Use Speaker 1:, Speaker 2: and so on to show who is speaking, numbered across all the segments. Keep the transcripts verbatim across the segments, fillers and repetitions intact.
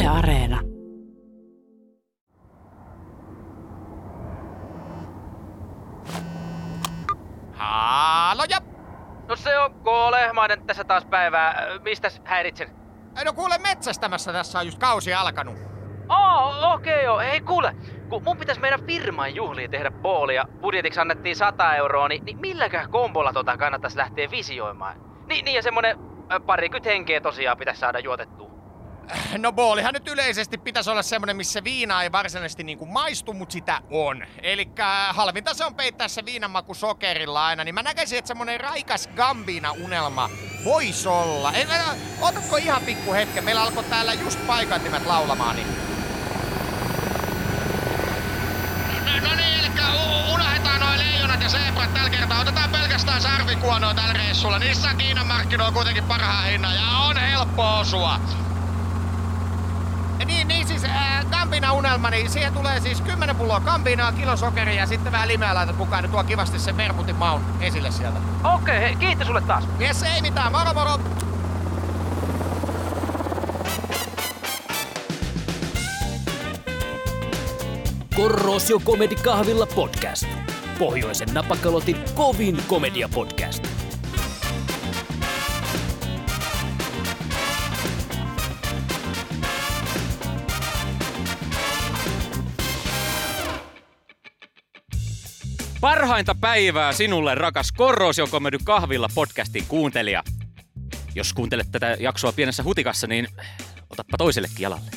Speaker 1: Yle Areena.
Speaker 2: Haaloja!
Speaker 3: No se on K-Lehmainen tässä taas päivää. Mistäs häiritsen?
Speaker 2: No kuule, metsästämässä tässä on just kausi alkanut.
Speaker 3: Oh, okei okay, joo. Hei kuule, kun mun pitäis meidän firman juhliin tehdä boolia, budjetiksi annettiin sata euroa, niin, niin milläkään kombolla tota kannattais lähteä visioimaan? Niin, niin ja semmonen äh, parikymmentä henkeä tosiaan pitäis saada juotettua.
Speaker 2: No boolihan nyt yleisesti pitäisi olla semmonen, missä viina ei varsinaisesti niinku maistu, mut sitä on. Elikkä halvinta se on peittää se viinanmaku sokerilla aina, niin mä näkisin, että semmonen raikas Gambina-unelma vois olla. Ei, otatko ihan pikku hetken? Meillä alkoi täällä just paikantimet laulamaan, niin... No, no niin, elikkä unohdetaan noi leijonat ja zebrat tällä kertaa. Otetaan pelkästään sarvikuonoa tällä reissulla. Niissä on Kiinan markkinoilla kuitenkin parhaan hinnan ja on helppo osua. Niin, niin siis äh, Gambina-unelma, niin siihen tulee siis kymmenen pulloa Gambinaa, kilo sokeria ja sitten vähän limeä laitat mukaan, niin tuo kivasti sen vermutin maun esille sieltä.
Speaker 3: Okei, hei, kiitos sulle taas.
Speaker 2: Jes, ei mitään, moro moro!
Speaker 4: Korrosio Comedy Kahvilla podcast. Pohjoisen napakalotin kovin komedia podcast.
Speaker 5: Parhainta päivää sinulle, rakas Korrosio Comedy Kahvilla podcastin kuuntelija. Jos kuuntelet tätä jaksoa pienessä hutikassa, niin otappa toisellekin jalalle.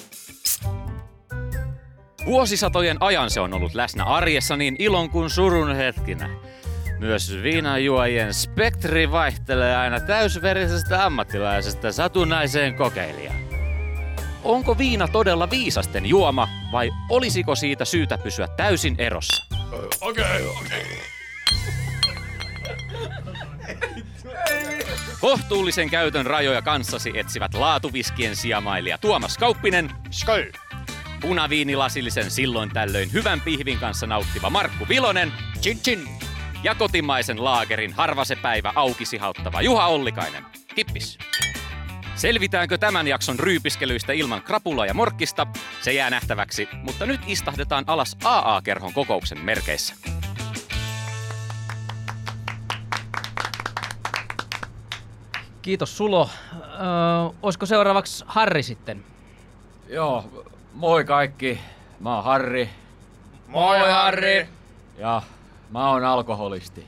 Speaker 5: Vuosisatojen ajan se on ollut läsnä arjessa niin ilon kuin surun hetkinä. Myös viinanjuojien spektri vaihtelee aina täysverisestä ammattilaisesta satunnaiseen kokeilijaan. Onko viina todella viisasten juoma vai olisiko siitä syytä pysyä täysin erossa?
Speaker 2: Okei, okay, okei. Okay.
Speaker 5: Kohtuullisen käytön rajoja kanssasi etsivät laatuviskien sijamailija Tuomas Kauppinen.
Speaker 2: Sköy.
Speaker 5: Punaviinilasillisen silloin tällöin hyvän pihvin kanssa nauttiva Markku Vilonen.
Speaker 2: Chin chin.
Speaker 5: Ja kotimaisen laagerin harva se päivä aukisihauttava Juha Ollikainen. Kippis. Selvitäänkö tämän jakson ryypiskelyistä ilman krapulaa ja morkkista? Se jää nähtäväksi, mutta nyt istahdetaan alas A A-kerhon kokouksen merkeissä.
Speaker 6: Kiitos Sulo. Öö, olisiko seuraavaksi Harri sitten?
Speaker 7: Joo, moi kaikki. Mä oon Harri.
Speaker 2: Moi Harri.
Speaker 7: Ja mä oon alkoholisti.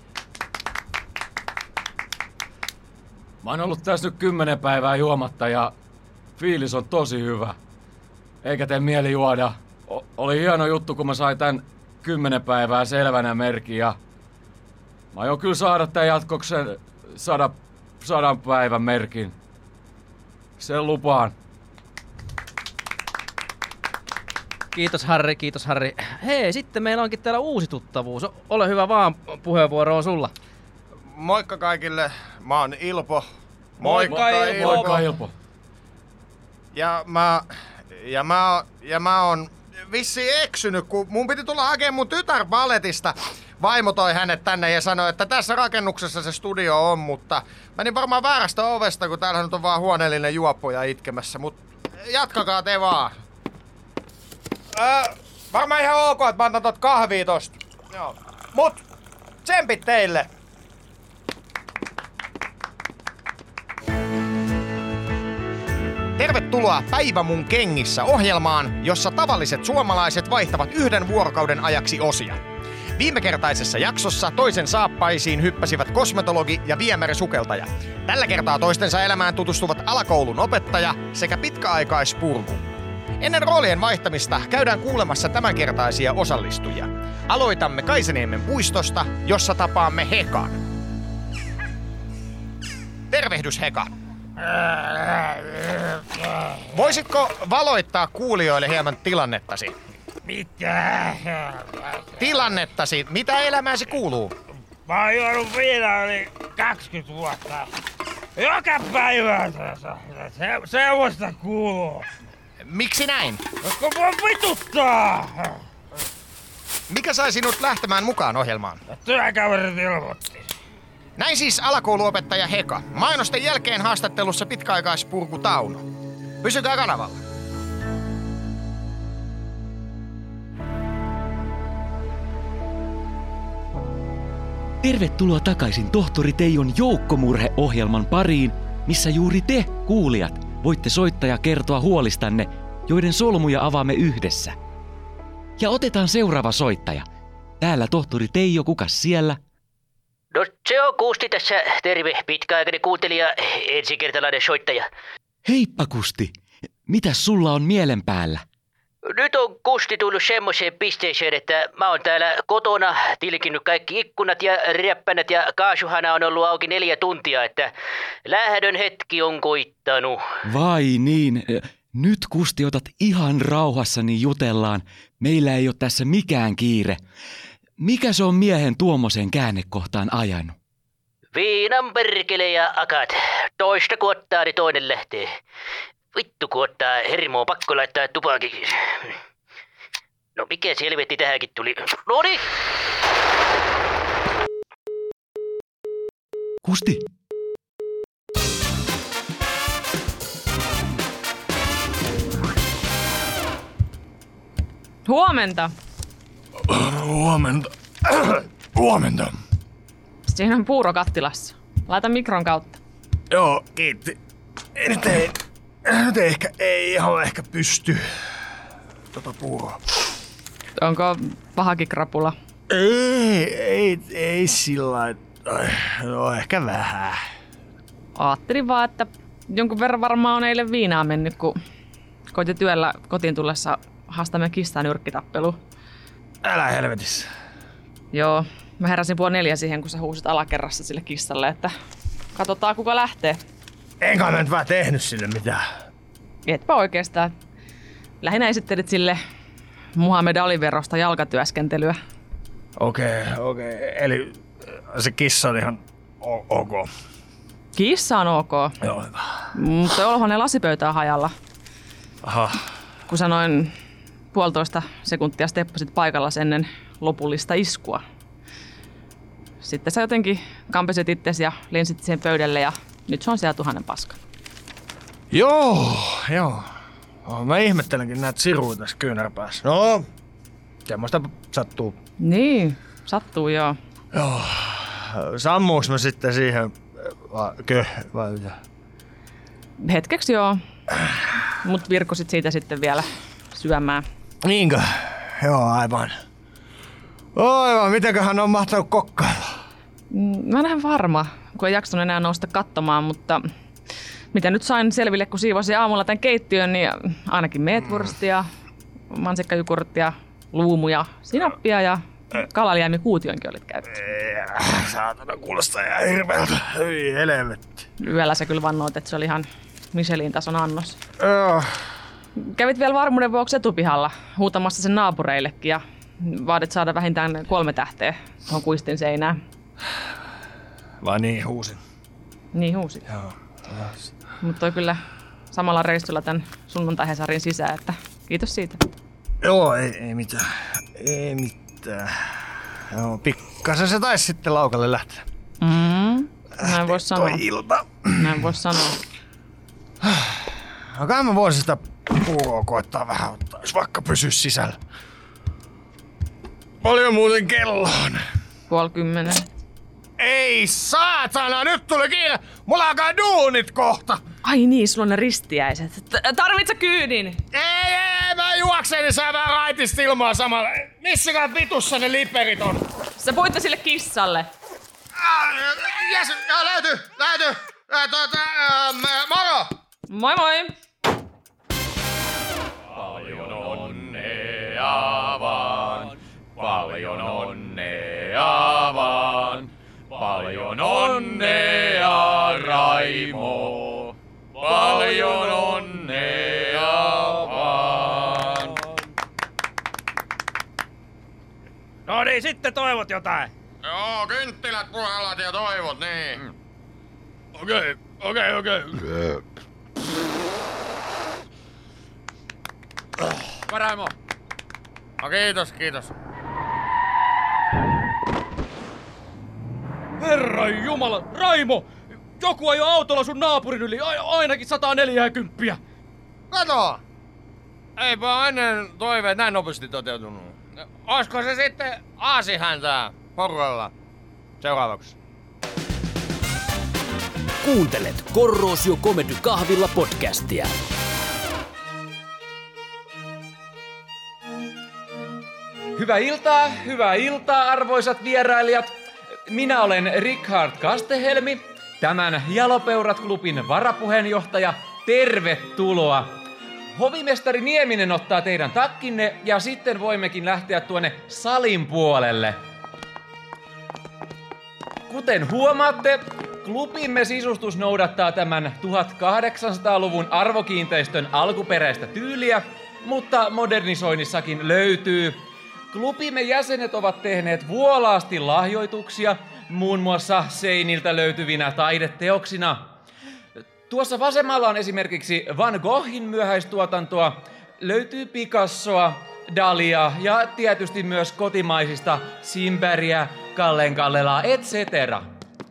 Speaker 7: Mä oon ollut tässä nyt kymmenen päivää juomatta ja fiilis on tosi hyvä. Eikä tee mieli juoda. O- oli hieno juttu, kun mä sain tän kymmenen päivää selvänä merkin ja mä aion kyllä saada tän jatkoksen sada, sadan päivän merkin. Sen lupaan.
Speaker 6: Kiitos Harri, kiitos Harri. Hei, sitten meillä onkin täällä uusi tuttavuus. Ole hyvä vaan, puheenvuoro on sulla.
Speaker 2: Moikka kaikille, mä oon Ilpo.
Speaker 6: Moikka,
Speaker 2: Moikka
Speaker 6: Ilpo.
Speaker 2: Ilpo.
Speaker 7: Moikka Ilpo.
Speaker 2: Ja mä, ja mä, ja mä oon vissiin eksynyt, kun mun piti tulla hakemaan mun tytär balletista. Vaimo toi hänet tänne ja sanoi, että tässä rakennuksessa se studio on, mutta menin varmaan väärästä ovesta, kun täällä nyt on vaan huoneellinen juoppoja itkemässä, mut jatkakaa te vaan. Öö, varmaan ihan ok, että mä antan tot kahvia tosta. Joo. Mut tsempit teille. Tervetuloa Päivä mun kengissä -ohjelmaan, jossa tavalliset suomalaiset vaihtavat yhden vuorokauden ajaksi osia. Viimekertaisessa jaksossa toisen saappaisiin hyppäsivät kosmetologi ja viemärisukeltaja. Tällä kertaa toistensa elämään tutustuvat alakoulun opettaja sekä pitkäaikaispurku. Ennen roolien vaihtamista käydään kuulemassa tämänkertaisia osallistujia. Aloitamme Kaisaniemen puistosta, jossa tapaamme Hekan. Tervehdys Heka. Voisitko valoittaa kuulijoille hieman tilannettasi?
Speaker 8: Mitä?
Speaker 2: Tilannettasi, mitä elämääsi kuuluu?
Speaker 8: Mä oon juonut viinaa yli kaksikymmentä vuotta. Joka päivä se, semmoista kuuluu.
Speaker 2: Miksi näin?
Speaker 8: Koska mua vituttaa!
Speaker 2: Mikä sai sinut lähtemään mukaan ohjelmaan?
Speaker 8: Työkaverit ilmoitti.
Speaker 2: Näin siis alakouluopettaja Heka. Mainosten jälkeen haastattelussa pitkäaikaispurku Tauno. Pysykää kanavalla.
Speaker 1: Tervetuloa takaisin tohtori Teijon joukkomurheohjelman pariin, missä juuri te, kuulijat, voitte soittaa ja kertoa huolistanne, joiden solmuja avaamme yhdessä. Ja otetaan seuraava soittaja. Täällä tohtori Teijo, kukas siellä?
Speaker 9: No se on Kusti tässä, terve, pitkäaikainen kuuntelija, ensikertalainen soittaja.
Speaker 1: Heippa Kusti, mitäs sulla on mielen päällä?
Speaker 9: Nyt on Kusti tullut semmoiseen pisteeseen, että mä oon täällä kotona tilkinnyt kaikki ikkunat ja räppänät ja kaasuhana on ollut auki neljä tuntia, että lähdön hetki on koittanut.
Speaker 1: Vai niin, nyt Kusti otat ihan rauhassa, niin jutellaan. Meillä ei ole tässä mikään kiire. Mikä se on miehen tuommoiseen käännekohtaan ajanut?
Speaker 9: Viinan perkele ja akat. Toista kun ottaa, niin toinen lähtee. Vittu kun ottaa hermoa, pakko laittaa tupakin. No mikä selvetti tähänkin tuli? Noniin!
Speaker 1: Kusti!
Speaker 10: Huomenta.
Speaker 2: Huomenta. Huomenta.
Speaker 10: Siinä on puuro kattilassa. Laita mikron kautta.
Speaker 2: Joo, kiitti. Ei, nyt ei, nyt ei ehkä, ei ihan ehkä pysty. Tota puuroa.
Speaker 10: Onko pahakin krapula?
Speaker 2: Ei, ei, ei sillä lailla. No ehkä vähän.
Speaker 10: Aattelin vaan, että jonkun verran varmaan on eilen viinaa mennyt, kun koitin työllä kotiin tullessa haastamme kissan yrkkitappelu.
Speaker 2: Älä helvetissä.
Speaker 10: Joo, mä heräsin puoli neljä siihen, kun sä huusit alakerrassa sille kissalle, että katsotaan kuka lähtee.
Speaker 2: Enkä mä nyt vaan tehnyt sille mitään.
Speaker 10: Etpä oikeastaan. Lähinnä esittelit sille Muhammed Ali-verosta jalkatyöskentelyä.
Speaker 2: Okei, okay, okei. Okay. Eli se kissa on ihan o- ok.
Speaker 10: Kissa on ok.
Speaker 2: Joo, hyvä.
Speaker 10: Mutta olohuoneen lasipöytä on hajalla.
Speaker 2: Aha.
Speaker 10: Kun sanoin puolitoista sekuntia steppasit paikallas ennen lopullista iskua. Sitten sä jotenkin kampesit itsesi ja lensit siihen pöydälle ja nyt se on siellä tuhannen paska.
Speaker 2: Joo, joo. Mä ihmettelenkin näitä siruja tässä kyynärpäässä. No, semmoista sattuu.
Speaker 10: Niin, sattuu joo.
Speaker 2: Joo. Sammuuks mä sitten siihen vai kö, vai mitä?
Speaker 10: Hetkeksi joo. Mut virkosit siitä sitten vielä syömään.
Speaker 2: Niinkö? Joo, aivan. Aivan, mitenköhän on mahtanut kokkailla?
Speaker 10: Mä en ihan varma, kun ei jaksanut enää nousta katsomaan, mutta mitä nyt sain selville, kun siivosin aamulla tämän keittiön, niin ainakin meetwurstia, mansikkajukurttia, luumuja, sinappia ja kalaliemi-kuutionkin olit käytetty.
Speaker 2: Saatana, kuulostaa ihan hirveältä. Hyi helvetti.
Speaker 10: Yöllä sä kyllä vannoit, että se oli ihan Michelin-tason annos.
Speaker 2: Joo.
Speaker 10: Kävit vielä varmuuden vuoksi etupihalla huutamassa sen naapureillekin ja vaadit saada vähintään kolme tähteä tuohon kuistin seinään.
Speaker 2: Vai niin, huusin.
Speaker 10: Niin huusit.
Speaker 2: Joo.
Speaker 10: Mutta toi kyllä samalla reissulla tän sunnuntai-Hesarin sisään, että kiitos siitä.
Speaker 2: Joo, ei, ei mitään. Ei mitään. Joo, pikkasen se taisi sitten laukalle lähteä.
Speaker 10: Mm, näin vois sanoa.
Speaker 2: Toi ilta.
Speaker 10: Näin vois sanoa.
Speaker 2: No kai mä voisin sitä puuroa koettaa vähän ottaa, jos vaikka pysyis sisällä. Paljon muuten kello on?
Speaker 10: Puoli kymmenen.
Speaker 2: Ei saatana, nyt tuli kiire! Mulla alkaa duunit kohta!
Speaker 10: Ai niin, sulla on ne ristiäiset. T- Tarvitset kyydin?
Speaker 2: Ei, ei, mä juoksen, niin saa vähän raitista ilmaa samalla. Missäkään vitussa ne liperit on?
Speaker 10: Sä puitte sille kissalle.
Speaker 2: Ah, jes, joo, löytyy, löytyy. Äh, tuota, äh, moro!
Speaker 10: Moi moi!
Speaker 7: Paljon onnea vaan, paljon onnea vaan, paljon onnea Raimo, paljon onnea vaan.
Speaker 8: No niin, sitten toivot jotain.
Speaker 2: Joo, kynttilät, puhalat ja toivot, niin.
Speaker 7: Okei, okei, okei. Raimo.
Speaker 2: No kiitos, kiitos.
Speaker 6: Herra Jumala, Raimo! Joku ajoi autolla sun naapurin yli, a- ainakin sata neljäkymmentä.
Speaker 2: Kato! Eipä ennen toiveet näin nopeasti toteutunut. Oisko se sitten aasihäntää porrella? Seuraavaksi.
Speaker 4: Kuuntelet Korrosio Comedy Kahvilla podcastia.
Speaker 7: Hyvää iltaa, hyvää iltaa arvoisat vierailijat. Minä olen Richard Kastehelmi, tämän Jalopeurat-klubin varapuheenjohtaja. Tervetuloa. Hovimestari Nieminen ottaa teidän takkinne ja sitten voimmekin lähteä tuonne salin puolelle. Kuten huomaatte, klubimme sisustus noudattaa tämän tuhatkahdeksansataaluvun arvokiinteistön alkuperäistä tyyliä, mutta modernisoinnissakin löytyy. Klubimme jäsenet ovat tehneet vuolaasti lahjoituksia, muun muassa seiniltä löytyvinä taideteoksina. Tuossa vasemmalla on esimerkiksi Van Goghin myöhäistuotantoa, löytyy Picassoa, Dalia ja tietysti myös kotimaisista Simbergiä, Kallen Kallelaa, et cetera.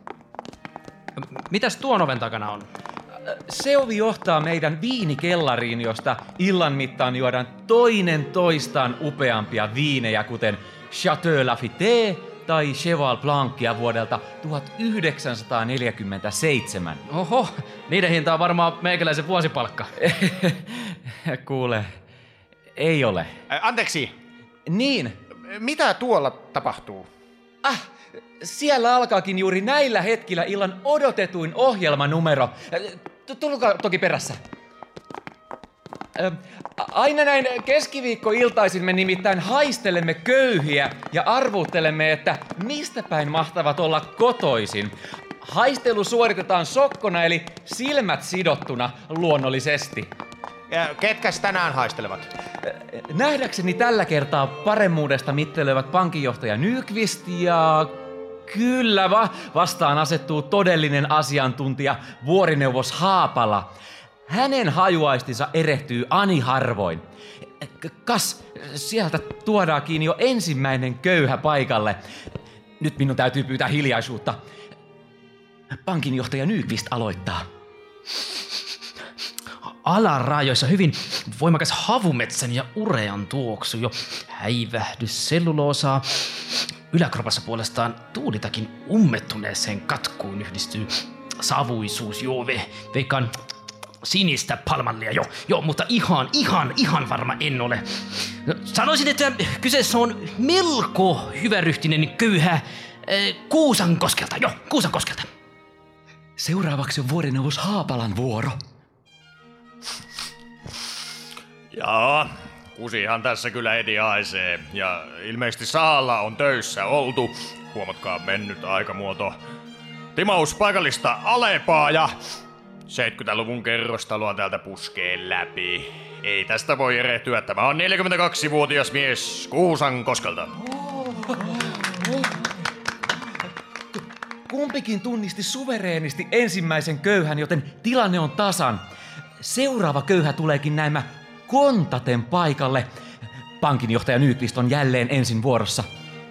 Speaker 6: Mitäs tuon oven takana on?
Speaker 7: Se ovi johtaa meidän viinikellariin, josta illan mittaan juodaan toinen toistaan upeampia viinejä, kuten Chateau Lafite tai Cheval Blancia vuodelta tuhatyhdeksänsataaneljäkymmentäseitsemän.
Speaker 6: Oho, niiden hinta on varmaan meikäläisen vuosipalkka.
Speaker 7: Kuule, ei ole.
Speaker 2: Ä, anteeksi,
Speaker 7: Niin,
Speaker 2: mitä tuolla tapahtuu?
Speaker 7: ah, siellä alkaakin juuri näillä hetkillä illan odotetuin ohjelmanumero. T- Tulkaa toki perässä. Ö, Aina näin keskiviikkoiltaisin me nimittäin haistelemme köyhiä ja arvuuttelemme, että mistä päin mahtavat olla kotoisin. Haistelu suoritetaan sokkona eli silmät sidottuna luonnollisesti.
Speaker 2: Ja ketkäs tänään haistelevat?
Speaker 7: Nähdäkseni tällä kertaa paremmuudesta mittelöivät pankinjohtaja Nyqvist ja kyllä va, vastaan asettuu todellinen asiantuntija vuorineuvos Haapala. Hänen hajuaistinsa erehtyy ani harvoin. Kas, sieltä tuodaankin jo ensimmäinen köyhä paikalle. Nyt minun täytyy pyytää hiljaisuutta. Pankinjohtaja Nyqvist aloittaa.
Speaker 6: Alarajoissa hyvin voimakas havumetsän ja urean tuoksu, jo häivähdys selluloosaa. Yläkropassa puolestaan tuulitakin ummettuneeseen katkuun yhdistyy savuisuus, joo, ve, veikkaan sinistä palmallia, joo, joo, mutta ihan, ihan, ihan varma en ole. Sanoisin, että kyseessä on melko hyväryhtinen köyhä äh, Kuusankoskelta, joo, Kuusankoskelta.
Speaker 1: Seuraavaksi on vuorineuvos Haapalan vuoro.
Speaker 2: Jaa, kusihan tässä kyllä heti haisee. Ja ilmeisesti sahalla on töissä oltu. Huomatkaa mennyt aikamuoto. Timaus paikallista Alepaa ja seitsemänkymmentäluvun kerrostaloa täältä puskee läpi. Ei tästä voi erehtyä. Tämä on neljäkymmentäkaksivuotias mies Kuusankoskelta.
Speaker 7: Kumpikin tunnisti suvereenisti ensimmäisen köyhän, joten tilanne on tasan. Seuraava köyhä tuleekin näemmä kontaten paikalle. Pankinjohtaja Nyqvist on jälleen ensin vuorossa.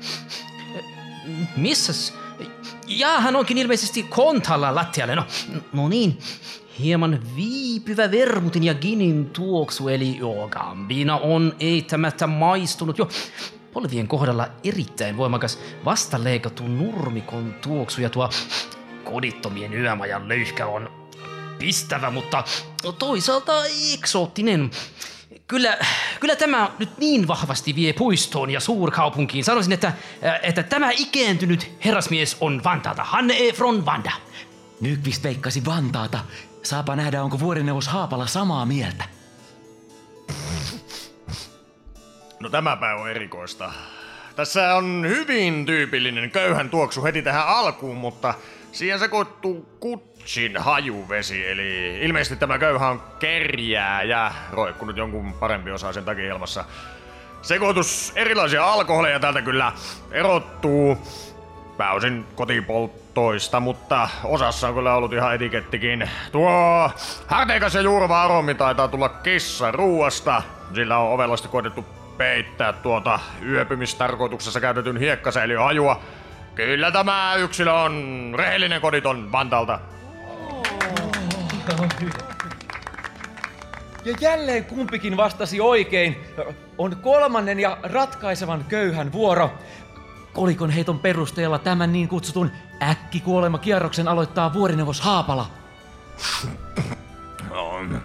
Speaker 6: Missäs? Jaa, hän onkin ilmeisesti kontalla lattialle. No, no niin, hieman viipyvä vermutin ja ginin tuoksu, eli joo, gambina on eittämättä maistunut jo. Polvien kohdalla erittäin voimakas vastaleikatun nurmikon tuoksu ja tuo kodittomien yömajan löyhkä on pistävä, mutta toisaalta eksoottinen. Kyllä, kyllä tämä nyt niin vahvasti vie puistoon ja suurkaupunkiin. Sanoisin, että, että tämä ikääntynyt herrasmies on Vantaalta. Han är från Vanda.
Speaker 1: Nyqvist veikkasi Vantaata. Saapa nähdä, onko vuorineuvos Haapala samaa mieltä.
Speaker 2: No tämäpä on erikoista. Tässä on hyvin tyypillinen köyhän tuoksu heti tähän alkuun, mutta siihen sekoittuu kutsin hajuvesi, eli ilmeisesti tämä köyhä on kerjää ja roikkunut jonkun parempi osaisen takia ilmassa. Sekoitus erilaisia alkoholeja täältä kyllä erottuu pääosin kotipolttoista, mutta osassa on kyllä ollut ihan etikettikin. Tuo härteikäs ja juurva aromi taitaa tulla kissan ruuasta, sillä on ovelasti koetettu peittää tuota yöpymistarkoituksessa käytetyn hiekkasäiliön hajua. Kyllä tämä yksilö on rehellinen koditon Vantaalta.
Speaker 7: Ja jälleen kumpikin vastasi oikein. On kolmannen ja ratkaisevan köyhän vuoro.
Speaker 1: Kolikon heiton perusteella tämän niin kutsutun äkkikuolemakierroksen aloittaa vuorineuvos Haapala.
Speaker 2: On.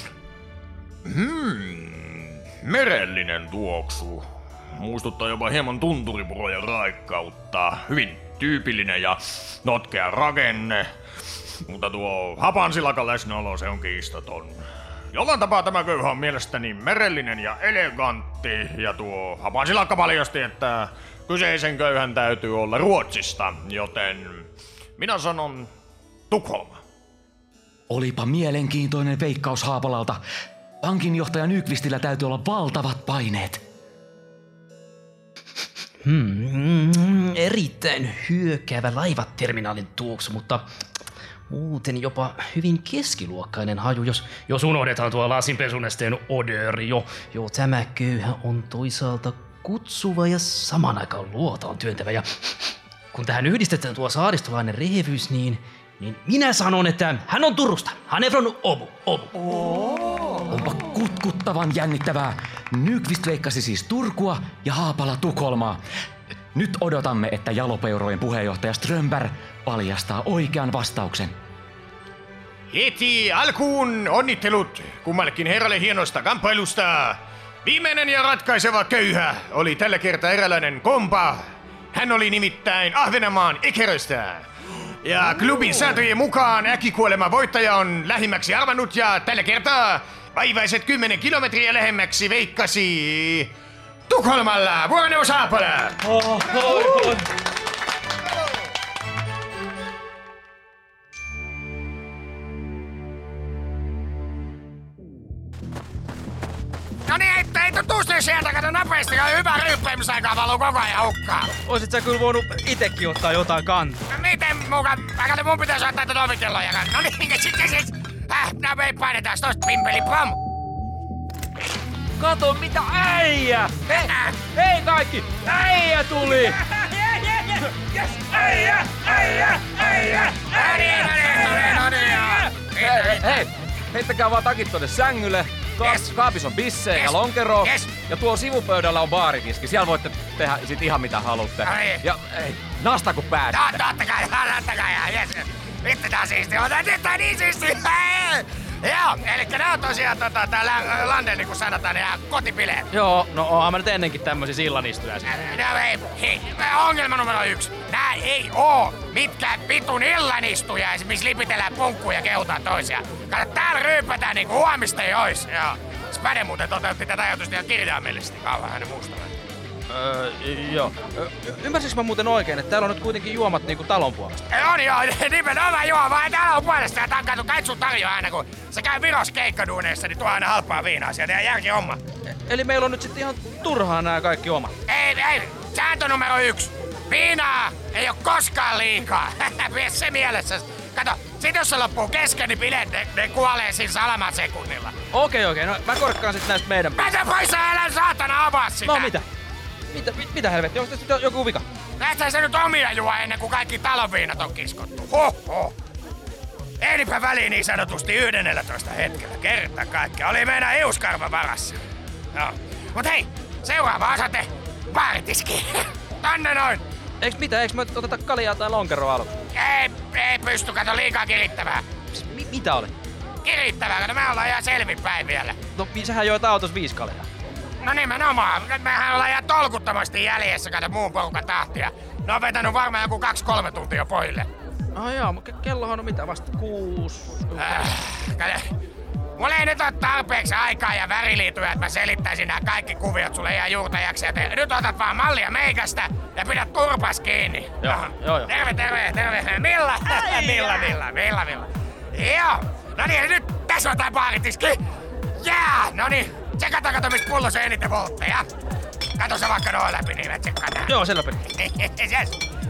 Speaker 2: Hmm. Merellinen tuoksu. Muistuttaa jopa hieman tunturipuroja raikkautta. Hyvin tyypillinen ja notkea rakenne. Mutta tuo hapansilakan läsnäolo, se on kiistaton. Jollain tapaa tämä köyhä on mielestäni merellinen ja elegantti. Ja tuo hapansilakka paljasti, että kyseisen köyhän täytyy olla Ruotsista. Joten minä sanon Tukholma.
Speaker 1: Olipa mielenkiintoinen veikkaus Haapalalta. Pankinjohtaja Nyqvistillä täytyy olla valtavat paineet.
Speaker 6: Hmm, erittäin hyökkäävä laivaterminaalin tuoksu, mutta muuten jopa hyvin keskiluokkainen haju, jos, jos unohdetaan tuo lasinpesunesteen odöri. Jo, jo tämä köyhä on toisaalta kutsuva ja saman aikaan luotaan työntävä. Ja kun tähän yhdistetään tuo saaristolainen rehevyys, niin, niin minä sanon, että hän on Turusta. Hän on from Obu. Obu.
Speaker 1: Oh. Onpa kutkuttavan jännittävää. Nyqvist veikkasi siis Turkua ja Haapala Tukholmaa. Nyt odotamme, että Jalopeurojen puheenjohtaja Strömberg paljastaa oikean vastauksen.
Speaker 2: Heti alkuun onnittelut kummallekin herralle hienosta kamppailusta. Viimeinen ja ratkaiseva köyhä oli tällä kertaa eräläinen kompa. Hän oli nimittäin Ahvenanmaan Ekeröstä. Ja klubin sääntöjen mukaan äkkikuolema voittaja on lähimmäksi arvannut ja tällä kertaa vaivaiset kymmenen kilometriä lähemmäksi veikkasi Tukholmalla. Vuoroneuvos Haapala!
Speaker 6: Oh, oh, oh.
Speaker 2: No niin, ei, ei tuu sieltä, kato nopeasti, kun hyvä ryyppäimisaikaa valuu koko ajan hukkaan.
Speaker 11: Oisit sä kyllä voinut itekin ottaa jotain kantaa.
Speaker 2: No miten mukaan? Kato, mun pitäisi ottaa tätä ovikelloja. No niin, sitten siis. Häh, nää me painetaan tosta pimpeli pom.
Speaker 11: Kato mitä äijä! Hei, hei kaikki! Äijä tuli!
Speaker 2: Yes, äijä, äijä, äijä! No niin, no niin, no niin,
Speaker 11: Hei, hei, hei! Heittäkää vaan takit tonne sängylle. Ka- yes. Kaapis on bissejä yes. ja lonkero. Yes. Ja tuo sivupöydällä on baarikiski. Siellä voitte tehdä sit ihan mitä haluatte. No niin. Ja ei, nasta kun pääsette.
Speaker 2: No, totta kai, totta kai, yes. Vittu tää siisti on, nyt on niin siisti. Joo, elikkä nää on tosiaan tota, tää Landen, niin kuin sanotaan, ihan kotipileet.
Speaker 11: Joo, no oonhan mä nyt ennenkin tämmöisiä illanistujaisia.
Speaker 2: No ei, hei, ongelma numero yksi. Nää ei oo mitkään vitun illanistujaisia, missä lipitellään punkkuja ja kehutaan toisiaan. Kato, täällä ryypätään niinku huomista ei ois. Joo. Späde muuten toteutti tätä ajatusta ihan kirjaimellisesti. Kauan hänen muistamaan.
Speaker 11: Öö, joo. Ymmärsinkö mä muuten oikein, että täällä on nyt kuitenkin juomat niinku talon puolesta?
Speaker 2: On joo, nimenomaan juoma. Ei täällä on puolesta ja tankatu kaitsu tarjoaa aina, kun se käy Viros keikkaduuneissa, niin tuo aina halpaa viinaa sieltä ja järki homma.
Speaker 11: Eli meillä on nyt sitten ihan turhaan nämä kaikki omat?
Speaker 2: Ei, ei. Sääntö numero yksi. Viinaa ei oo koskaan liikaa. Pidä se mielessä. Kato, sit jos se loppuu kesken, niin bileet, ne, ne kuolee siinä salaman sekunnilla.
Speaker 11: Okei, okei. No mä korkkaan sit näistä meidän...
Speaker 2: Mä sen pois, sä älä saatana avaa sitä.
Speaker 11: No mitä? Mitä, mit, mitä helvetti? Onko tässä joku vika?
Speaker 2: Näetkö sä nyt omia juo ennen kuin kaikki talon viinat on kiskottu? Hoho! Ehdipä väliin niin sanotusti yhdennellätoista hetkellä. Kerta kaikkea. Oli meidän hiuskarva varassa. Joo. Mut hei, seuraava osoite. Baaritiski. Tänne noin.
Speaker 11: Eiks mitä? Eiks mä oteta kaljaa tai lonkeroa aluksi?
Speaker 2: Ei, ei pysty. Kato, liikaa kirittävää.
Speaker 11: Mi- mitä oli?
Speaker 2: Kirittävää. Kato, me ollaan ihan selvinpäin vielä.
Speaker 11: No, sähän joit autos viisi kaljaa.
Speaker 2: No nimenomaan. Mehän ollaan ihan tolkuttomasti jäljessä, kato muun porukan tahtia. Ne on vetänyt varmaan joku kaksi kolme tuntia poille.
Speaker 11: Ah joo, mutta kellohan on mitä vasta kuus...
Speaker 2: Äh, kato. Mulla ei nyt oo tarpeeksi aikaa ja väriliituja, että mä selittäisin nää kaikki kuviot sulle ihan juurtajaksi. Nyt otat vaan mallia meikästä ja pidät turpas kiinni.
Speaker 11: Joo, joo, joo.
Speaker 2: Terve, terve, terve. Milla? Milla, Milla, Milla, Milla. Joo. No niin, nyt tässä on tää baaritiski. Jää, no niin. Tsekataan, kato, mistä pullossa on eniten voltteja. Kato sä vaikka noin läpi, niin mä tsekkaan tää.
Speaker 11: Joo, sen läpi.
Speaker 2: Yes.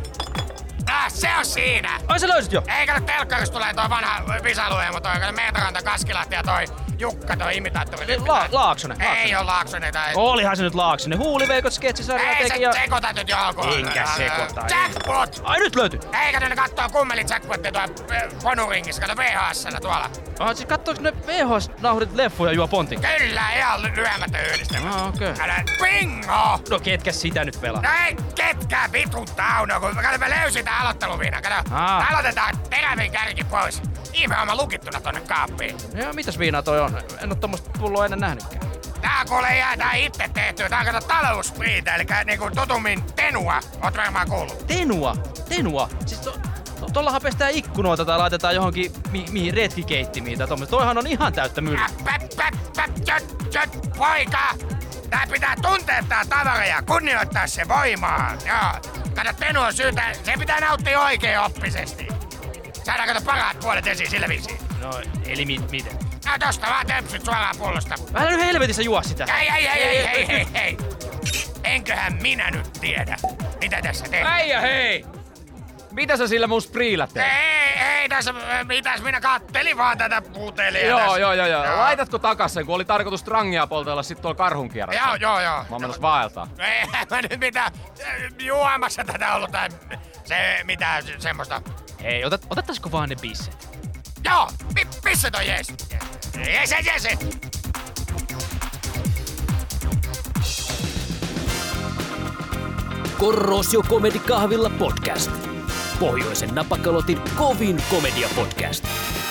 Speaker 2: Ah, se on siinä!
Speaker 11: Ai sä löysit jo?
Speaker 2: Ei kato, telkkarista tulee toi vanha Visalueemo, toi Meetoranta, Kaskilahti ja toi Jukka toi imitaattori.
Speaker 6: La- Laaksonen.
Speaker 2: Ei oo Laaksonen tai...
Speaker 6: Olihan se nyt Laaksonen. Huuliveikot sketsisarja
Speaker 2: Ei
Speaker 6: teki
Speaker 2: sä
Speaker 6: ja...
Speaker 2: sekoitat nyt johonkin.
Speaker 6: Enkä sekoita.
Speaker 2: Jackpot!
Speaker 6: Ai nyt löytyi.
Speaker 2: Eikä ne kattoo kummelit Jackpotia tuolla Fonuringissa, kato V H S:llä tuolla.
Speaker 6: Ah, siis kattooks ne V H S-nauhurit leffoja juo pontin?
Speaker 2: Kyllä, ihan ly- lyömättä yhdistelmä.
Speaker 6: Ah, okei. Okay.
Speaker 2: Älä bingo!
Speaker 6: No ketkä sitä nyt pelaa?
Speaker 2: No ei ketkään vituttaa Auno, kun kato me löysin tää aloitteluviina. Kato,
Speaker 6: Ah.
Speaker 2: aloitetaan terävin kärki pois. Ihme homma lukittuna tonne kaappiin.
Speaker 6: Ja mitäs viinaa toi on? En oo tommoista pulloa ennen nähnytkään.
Speaker 2: Tää kuulee jää tää itse tehtyä. Tää on kato talouspriitä, eli niinku tutummin tenua. Oot varmaan kuullut.
Speaker 6: Tenua? Tenua? Siis to, to, tollahan pestää ikkunoita tai laitetaan johonkin mi, mihin retkikeittimiin tai tommoista. Toihan on ihan täyttä myrkkyä.
Speaker 2: Päp, päp, päp, jöt, jöt, poika! Tää pitää tuntea tää tavara ja kunnioittaa se voimaa. Joo. Kato, Tenu on syytä, se pitää nauttia oikein oppisesti. Saadaan kato parhaat puolet esiin sillä viisiin.
Speaker 6: No, eli mi, miten?
Speaker 2: No tosta vaan töpsyt suoraan pullosta.
Speaker 6: Älä nyt helvetissä juo sitä.
Speaker 2: Ei, ei, ei, ei, ei, ei, ei. Enköhän minä nyt tiedä, mitä tässä tehdään.
Speaker 11: Äijä hei! Mitä sä sillä mun spriillä teet?
Speaker 2: Ei, ei tässä, mitäs minä kattelin vaan tätä puutelia
Speaker 11: Joo,
Speaker 2: tässä.
Speaker 11: joo, joo, joo. Laitatko takas sen, kun oli tarkoitus strangia poltella sit tuolla karhunkierrossa?
Speaker 2: Joo, joo, joo.
Speaker 11: Mä oon menossa vaeltaa.
Speaker 2: Ei mä nyt mitään juomassa tätä ollut tai se mitään semmoista.
Speaker 6: Hei, otat, otettaisiko vaan ne bisset?
Speaker 2: Joo, pi, pisset on jees. Jees, jees, jees.
Speaker 4: Korrosio Comedy Kahvilla podcast. Pohjoisen napakalotin kovin komedia podcast.